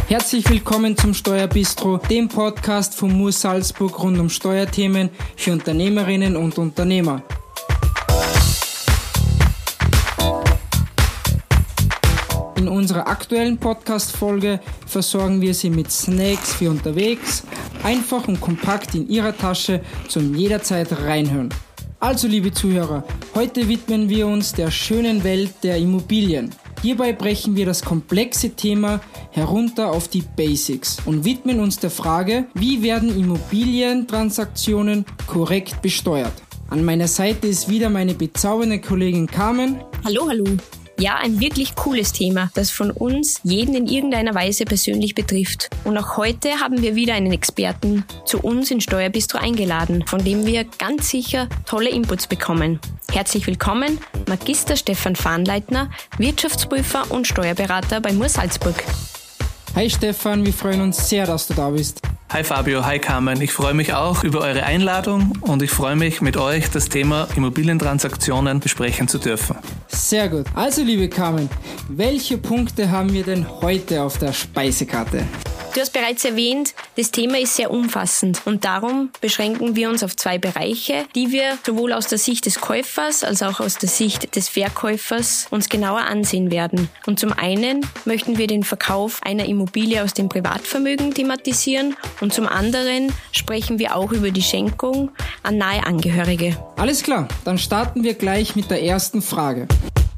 Herzlich willkommen zum Steuerbistro, dem Podcast von MUR Salzburg rund um Steuerthemen für Unternehmerinnen und Unternehmer. In unserer aktuellen Podcast-Folge versorgen wir Sie mit Snacks für unterwegs, einfach und kompakt in Ihrer Tasche zum jederzeit reinhören. Also liebe Zuhörer, heute widmen wir uns der schönen Welt der Immobilien. Hierbei brechen wir das komplexe Thema herunter auf die Basics und widmen uns der Frage, wie werden Immobilientransaktionen korrekt besteuert. An meiner Seite ist wieder meine bezaubernde Kollegin Carmen. Hallo. Ja, ein wirklich cooles Thema, das von uns jeden in irgendeiner Weise persönlich betrifft. Und auch heute haben wir wieder einen Experten zu uns in Steuerbistro eingeladen, von dem wir ganz sicher tolle Inputs bekommen. Herzlich willkommen, Magister Stefan Fahnleitner, Wirtschaftsprüfer und Steuerberater bei MUR Salzburg. Hi Stefan, wir freuen uns sehr, dass du da bist. Hi Fabio, hi Carmen. Ich freue mich auch über eure Einladung und ich freue mich, mit euch das Thema Immobilientransaktionen besprechen zu dürfen. Sehr gut. Also liebe Carmen, welche Punkte haben wir denn heute auf der Speisekarte? Du hast bereits erwähnt, das Thema ist sehr umfassend und darum beschränken wir uns auf zwei Bereiche, die wir sowohl aus der Sicht des Käufers als auch aus der Sicht des Verkäufers uns genauer ansehen werden. Und zum einen möchten wir den Verkauf einer Immobilie aus dem Privatvermögen thematisieren und zum anderen sprechen wir auch über die Schenkung an nahe Angehörige. Alles klar, dann starten wir gleich mit der ersten Frage.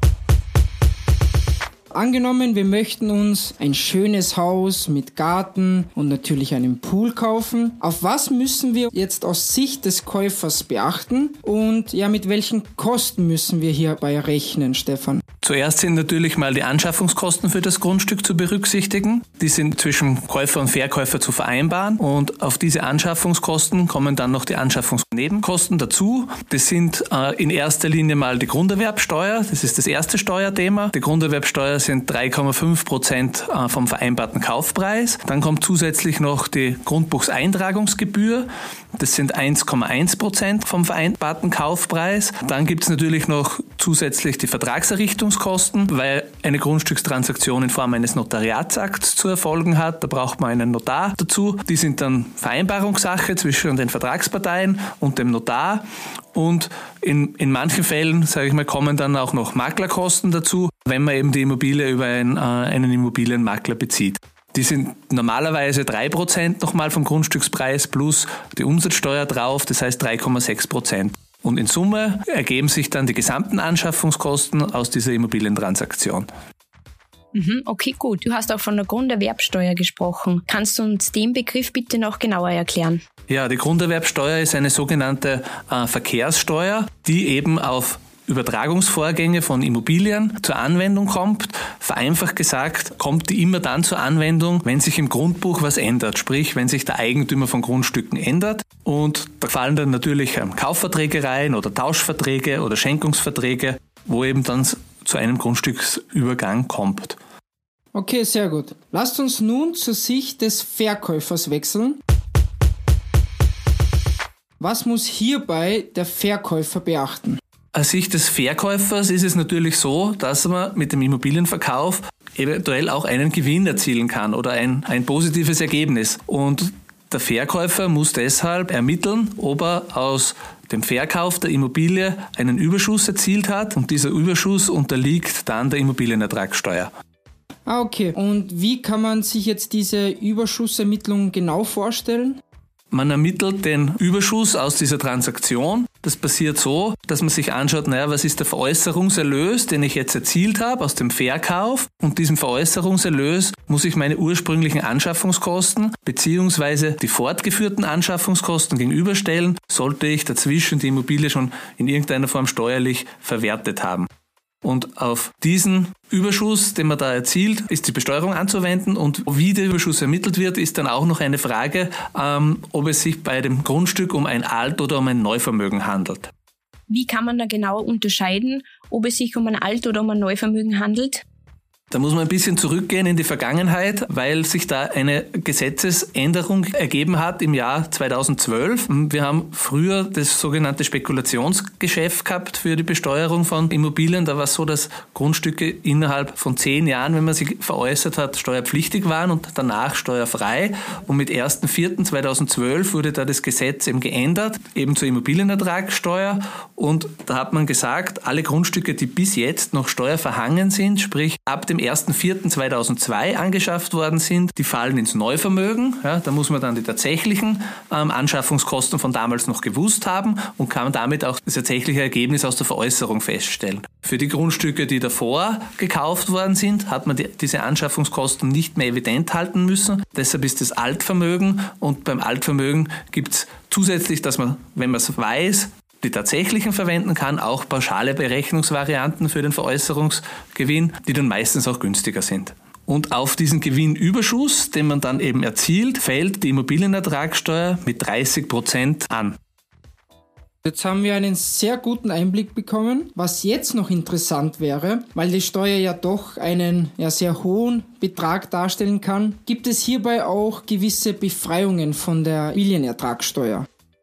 Angenommen, wir möchten uns ein schönes Haus mit Garten und natürlich einem Pool kaufen. Auf was müssen wir jetzt aus Sicht des Käufers beachten und mit welchen Kosten müssen wir hierbei rechnen, Stefan? Zuerst sind natürlich mal die Anschaffungskosten für das Grundstück zu berücksichtigen. Die sind zwischen Käufer und Verkäufer zu vereinbaren und auf diese Anschaffungskosten kommen dann noch die Anschaffungsnebenkosten dazu. Das sind in erster Linie mal die Grunderwerbsteuer, das ist das erste Steuerthema. Die Grunderwerbsteuer sind 3,5% vom vereinbarten Kaufpreis. Dann kommt zusätzlich noch die Grundbuchseintragungsgebühr. Das sind 1,1% vom vereinbarten Kaufpreis. Dann gibt es natürlich noch zusätzlich die Vertragserrichtungskosten, weil eine Grundstückstransaktion in Form eines Notariatsakts zu erfolgen hat. Da braucht man einen Notar dazu. Die sind dann Vereinbarungssache zwischen den Vertragsparteien und dem Notar. Und in manchen Fällen, kommen dann auch noch Maklerkosten dazu, wenn man eben die Immobilie über einen Immobilienmakler bezieht. Die sind normalerweise 3% nochmal vom Grundstückspreis plus die Umsatzsteuer drauf, das heißt 3,6%. Und in Summe ergeben sich dann die gesamten Anschaffungskosten aus dieser Immobilientransaktion. Okay, gut. Du hast auch von der Grunderwerbsteuer gesprochen. Kannst du uns den Begriff bitte noch genauer erklären? Ja, die Grunderwerbsteuer ist eine sogenannte Verkehrssteuer, die eben auf Übertragungsvorgänge von Immobilien zur Anwendung kommt. Vereinfacht gesagt, kommt die immer dann zur Anwendung, wenn sich im Grundbuch was ändert, sprich, wenn sich der Eigentümer von Grundstücken ändert. Und da fallen dann natürlich Kaufverträge rein oder Tauschverträge oder Schenkungsverträge, wo eben dann zu einem Grundstücksübergang kommt. Okay, sehr gut. Lasst uns nun zur Sicht des Verkäufers wechseln. Was muss hierbei der Verkäufer beachten? Aus Sicht des Verkäufers ist es natürlich so, dass man mit dem Immobilienverkauf eventuell auch einen Gewinn erzielen kann oder ein positives Ergebnis. Und der Verkäufer muss deshalb ermitteln, ob er aus dem Verkauf der Immobilie einen Überschuss erzielt hat und dieser Überschuss unterliegt dann der Immobilienertragssteuer. Okay, und wie kann man sich jetzt diese Überschussermittlung genau vorstellen? Man ermittelt den Überschuss aus dieser Transaktion. Das passiert so, dass man sich anschaut, was ist der Veräußerungserlös, den ich jetzt erzielt habe aus dem Verkauf. Und diesem Veräußerungserlös muss ich meine ursprünglichen Anschaffungskosten bzw. die fortgeführten Anschaffungskosten gegenüberstellen, sollte ich dazwischen die Immobilie schon in irgendeiner Form steuerlich verwertet haben. Und auf diesen Überschuss, den man da erzielt, ist die Besteuerung anzuwenden und wie der Überschuss ermittelt wird, ist dann auch noch eine Frage, ob es sich bei dem Grundstück um ein Alt- oder um ein Neuvermögen handelt. Wie kann man da genau unterscheiden, ob es sich um ein Alt- oder um ein Neuvermögen handelt? Da muss man ein bisschen zurückgehen in die Vergangenheit, weil sich da eine Gesetzesänderung ergeben hat im Jahr 2012. Wir haben früher das sogenannte Spekulationsgeschäft gehabt für die Besteuerung von Immobilien. Da war es so, dass Grundstücke innerhalb von 10 Jahren, wenn man sie veräußert hat, steuerpflichtig waren und danach steuerfrei. Und mit 1.4.2012 wurde da das Gesetz eben geändert, eben zur Immobilienertragssteuer. Und da hat man gesagt, alle Grundstücke, die bis jetzt noch steuerverhangen sind, sprich ab dem 1.4.2002 angeschafft worden sind, die fallen ins Neuvermögen. Ja, da muss man dann die tatsächlichen Anschaffungskosten von damals noch gewusst haben und kann damit auch das tatsächliche Ergebnis aus der Veräußerung feststellen. Für die Grundstücke, die davor gekauft worden sind, hat man diese Anschaffungskosten nicht mehr evident halten müssen. Deshalb ist das Altvermögen, und beim Altvermögen gibt es zusätzlich, dass man, wenn man es weiß, die tatsächlichen verwenden kann, auch pauschale Berechnungsvarianten für den Veräußerungsgewinn, die dann meistens auch günstiger sind. Und auf diesen Gewinnüberschuss, den man dann eben erzielt, fällt die Immobilienertragssteuer mit 30% an. Jetzt haben wir einen sehr guten Einblick bekommen. Was jetzt noch interessant wäre, weil die Steuer ja doch einen sehr hohen Betrag darstellen kann, gibt es hierbei auch gewisse Befreiungen von der Immobilienertragssteuer.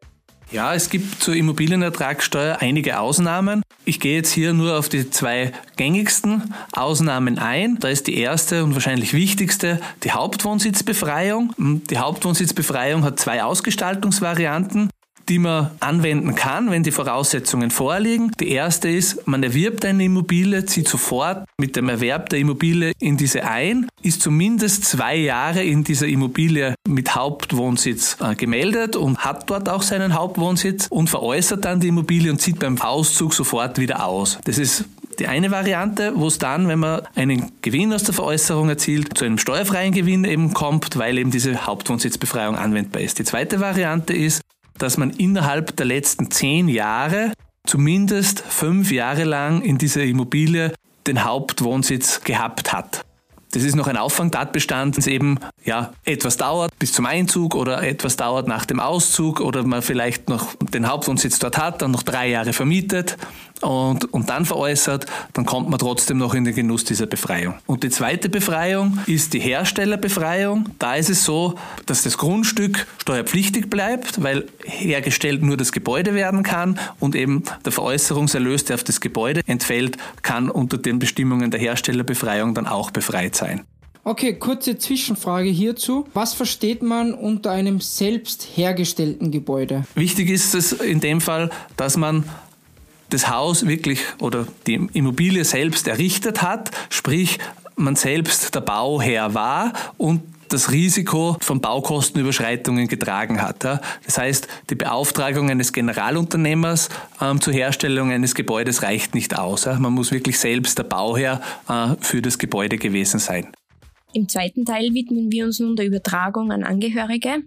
Ja, es gibt zur Immobilienertragssteuer einige Ausnahmen. Ich gehe jetzt hier nur auf die 2 gängigsten Ausnahmen ein. Da ist die erste und wahrscheinlich wichtigste die Hauptwohnsitzbefreiung. Die Hauptwohnsitzbefreiung hat 2 Ausgestaltungsvarianten, die man anwenden kann, wenn die Voraussetzungen vorliegen. Die erste ist, man erwirbt eine Immobilie, zieht sofort mit dem Erwerb der Immobilie in diese ein, ist zumindest 2 Jahre in dieser Immobilie mit Hauptwohnsitz gemeldet und hat dort auch seinen Hauptwohnsitz und veräußert dann die Immobilie und zieht beim Auszug sofort wieder aus. Das ist die eine Variante, wo es dann, wenn man einen Gewinn aus der Veräußerung erzielt, zu einem steuerfreien Gewinn eben kommt, weil eben diese Hauptwohnsitzbefreiung anwendbar ist. Die zweite Variante ist, dass man innerhalb der letzten 10 Jahre zumindest 5 Jahre lang in dieser Immobilie den Hauptwohnsitz gehabt hat. Das ist noch ein Auffangtatbestand, dass eben etwas dauert bis zum Einzug oder etwas dauert nach dem Auszug oder man vielleicht noch den Hauptwohnsitz dort hat, dann noch 3 Jahre vermietet und dann veräußert, dann kommt man trotzdem noch in den Genuss dieser Befreiung. Und die zweite Befreiung ist die Herstellerbefreiung. Da ist es so, dass das Grundstück steuerpflichtig bleibt, weil hergestellt nur das Gebäude werden kann und eben der Veräußerungserlös, der auf das Gebäude entfällt, kann unter den Bestimmungen der Herstellerbefreiung dann auch befreit sein. Okay, kurze Zwischenfrage hierzu. Was versteht man unter einem selbst hergestellten Gebäude? Wichtig ist es in dem Fall, dass man das Haus wirklich oder die Immobilie selbst errichtet hat, sprich man selbst der Bauherr war und das Risiko von Baukostenüberschreitungen getragen hat. Das heißt, die Beauftragung eines Generalunternehmers zur Herstellung eines Gebäudes reicht nicht aus. Man muss wirklich selbst der Bauherr für das Gebäude gewesen sein. Im zweiten Teil widmen wir uns nun der Übertragung an Angehörige.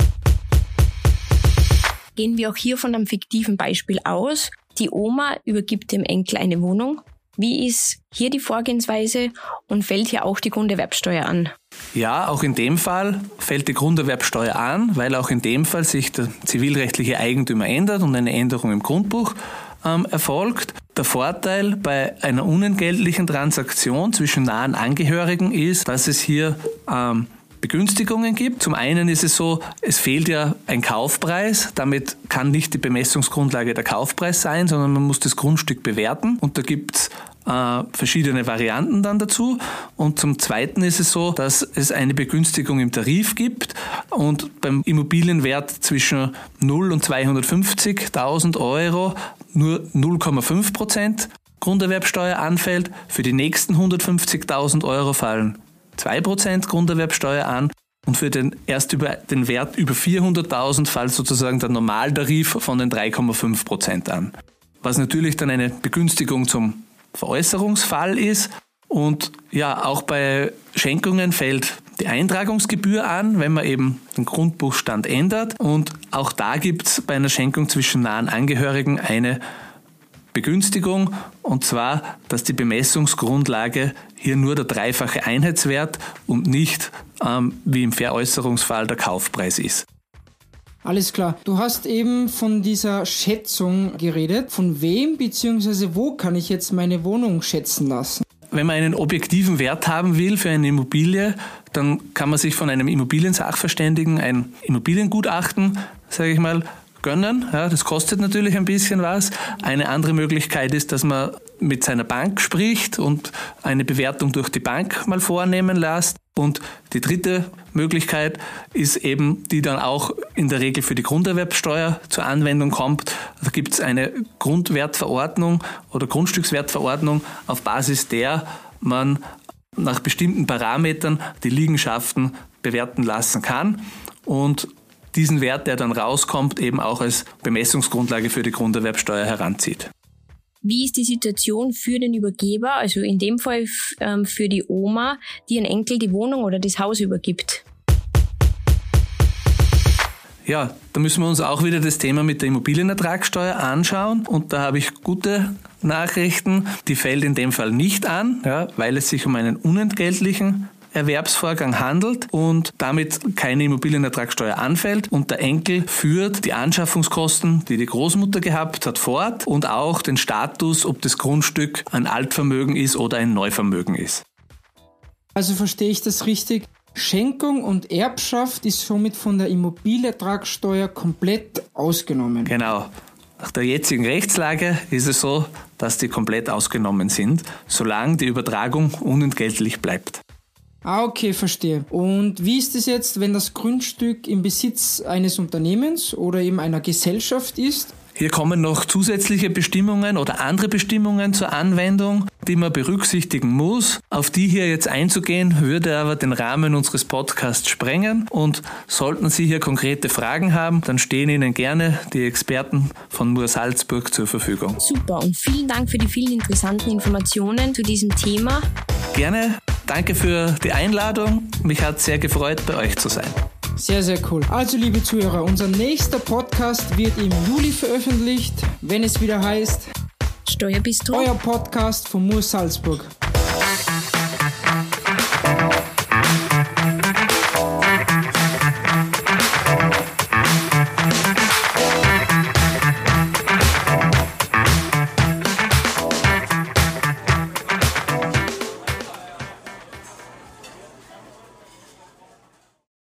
Gehen wir auch hier von einem fiktiven Beispiel aus. Die Oma übergibt dem Enkel eine Wohnung. Wie ist hier die Vorgehensweise und fällt hier auch die Grunderwerbsteuer an? Ja, auch in dem Fall fällt die Grunderwerbsteuer an, weil auch in dem Fall sich der zivilrechtliche Eigentümer ändert und eine Änderung im Grundbuch erfolgt. Der Vorteil bei einer unentgeltlichen Transaktion zwischen nahen Angehörigen ist, dass es hier Begünstigungen gibt. Zum einen ist es so, es fehlt ja ein Kaufpreis, damit kann nicht die Bemessungsgrundlage der Kaufpreis sein, sondern man muss das Grundstück bewerten und da gibt es verschiedene Varianten dann dazu. Und zum Zweiten ist es so, dass es eine Begünstigung im Tarif gibt und beim Immobilienwert zwischen 0 und 250.000 Euro nur 0,5% Grunderwerbsteuer anfällt. Für die nächsten 150.000 Euro fallen 2% Grunderwerbsteuer an und für den Wert über 400.000 fällt sozusagen der Normaltarif von den 3,5% an. Was natürlich dann eine Begünstigung zum Veräußerungsfall ist und ja, auch bei Schenkungen fällt die Eintragungsgebühr an, wenn man eben den Grundbuchstand ändert und auch da gibt es bei einer Schenkung zwischen nahen Angehörigen eine Begünstigung und zwar, dass die Bemessungsgrundlage hier nur der 3-fache Einheitswert und nicht wie im Veräußerungsfall der Kaufpreis ist. Alles klar. Du hast eben von dieser Schätzung geredet. Von wem bzw. wo kann ich jetzt meine Wohnung schätzen lassen? wenn man einen objektiven Wert haben will für eine Immobilie, dann kann man sich von einem Immobiliensachverständigen ein Immobiliengutachten, sage ich mal, gönnen. Ja, das kostet natürlich ein bisschen was. Eine andere Möglichkeit ist, dass man mit seiner Bank spricht und eine Bewertung durch die Bank mal vornehmen lässt. Und die dritte Möglichkeit ist eben, die dann auch in der Regel für die Grunderwerbsteuer zur Anwendung kommt. Da gibt es eine Grundwertverordnung oder Grundstückswertverordnung, auf Basis der man nach bestimmten Parametern die Liegenschaften bewerten lassen kann und diesen Wert, der dann rauskommt, eben auch als Bemessungsgrundlage für die Grunderwerbsteuer heranzieht. Wie ist die Situation für den Übergeber, also in dem Fall für die Oma, die ihren Enkel die Wohnung oder das Haus übergibt? Ja, da müssen wir uns auch wieder das Thema mit der Immobilienertragssteuer anschauen. Und da habe ich gute Nachrichten. Die fällt in dem Fall nicht an, ja, weil es sich um einen unentgeltlichen Erwerbsvorgang handelt und damit keine Immobilienertragssteuer anfällt und der Enkel führt die Anschaffungskosten, die die Großmutter gehabt hat, fort und auch den Status, ob das Grundstück ein Altvermögen ist oder ein Neuvermögen ist. Also verstehe ich das richtig? Schenkung und Erbschaft ist somit von der Immobilienertragssteuer komplett ausgenommen. Genau. Nach der jetzigen Rechtslage ist es so, dass die komplett ausgenommen sind, solange die Übertragung unentgeltlich bleibt. Okay, verstehe. Und wie ist es jetzt, wenn das Grundstück im Besitz eines Unternehmens oder eben einer Gesellschaft ist? Hier kommen noch zusätzliche Bestimmungen oder andere Bestimmungen zur Anwendung, die man berücksichtigen muss. Auf die hier jetzt einzugehen, würde aber den Rahmen unseres Podcasts sprengen. Und sollten Sie hier konkrete Fragen haben, dann stehen Ihnen gerne die Experten von Mur Salzburg zur Verfügung. Super und vielen Dank für die vielen interessanten Informationen zu diesem Thema. Gerne. Danke für die Einladung. Mich hat sehr gefreut, bei euch zu sein. Sehr, sehr cool. Also, liebe Zuhörer, unser nächster Podcast wird im Juli veröffentlicht, wenn es wieder heißt Steuerbistro, euer Podcast von Mur Salzburg.